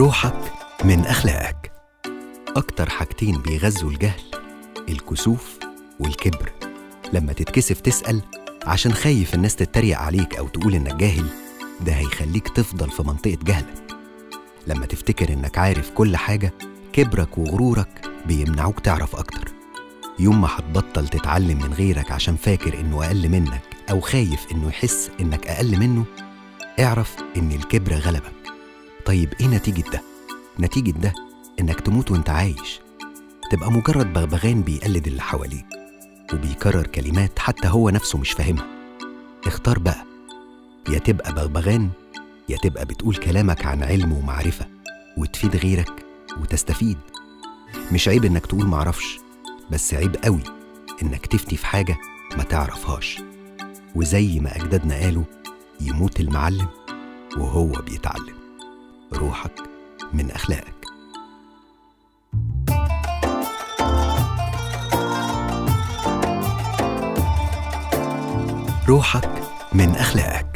روحك من أخلاقك. أكتر حاجتين بيغذوا الجهل الكسوف والكبر. لما تتكسف تسأل عشان خايف الناس تتريق عليك أو تقول إنك جاهل، ده هيخليك تفضل في منطقة جهلك. لما تفتكر إنك عارف كل حاجة، كبرك وغرورك بيمنعوك تعرف أكتر. يوم ما هتبطل تتعلم من غيرك عشان فاكر إنه أقل منك أو خايف إنه يحس إنك أقل منه، اعرف إن الكبر غلبك. طيب إيه نتيجة ده؟ نتيجة ده إنك تموت وإنت عايش، تبقى مجرد بغبغان بيقلد اللي حواليه وبيكرر كلمات حتى هو نفسه مش فاهمها. اختار بقى، يا تبقى بغبغان يا تبقى بتقول كلامك عن علم ومعرفة وتفيد غيرك وتستفيد. مش عيب إنك تقول معرفش، بس عيب قوي إنك تفتي في حاجة ما تعرفهاش. وزي ما أجدادنا قالوا، يموت المعلم وهو بيتعلم. روحك من أخلاقك. روحك من أخلاقك.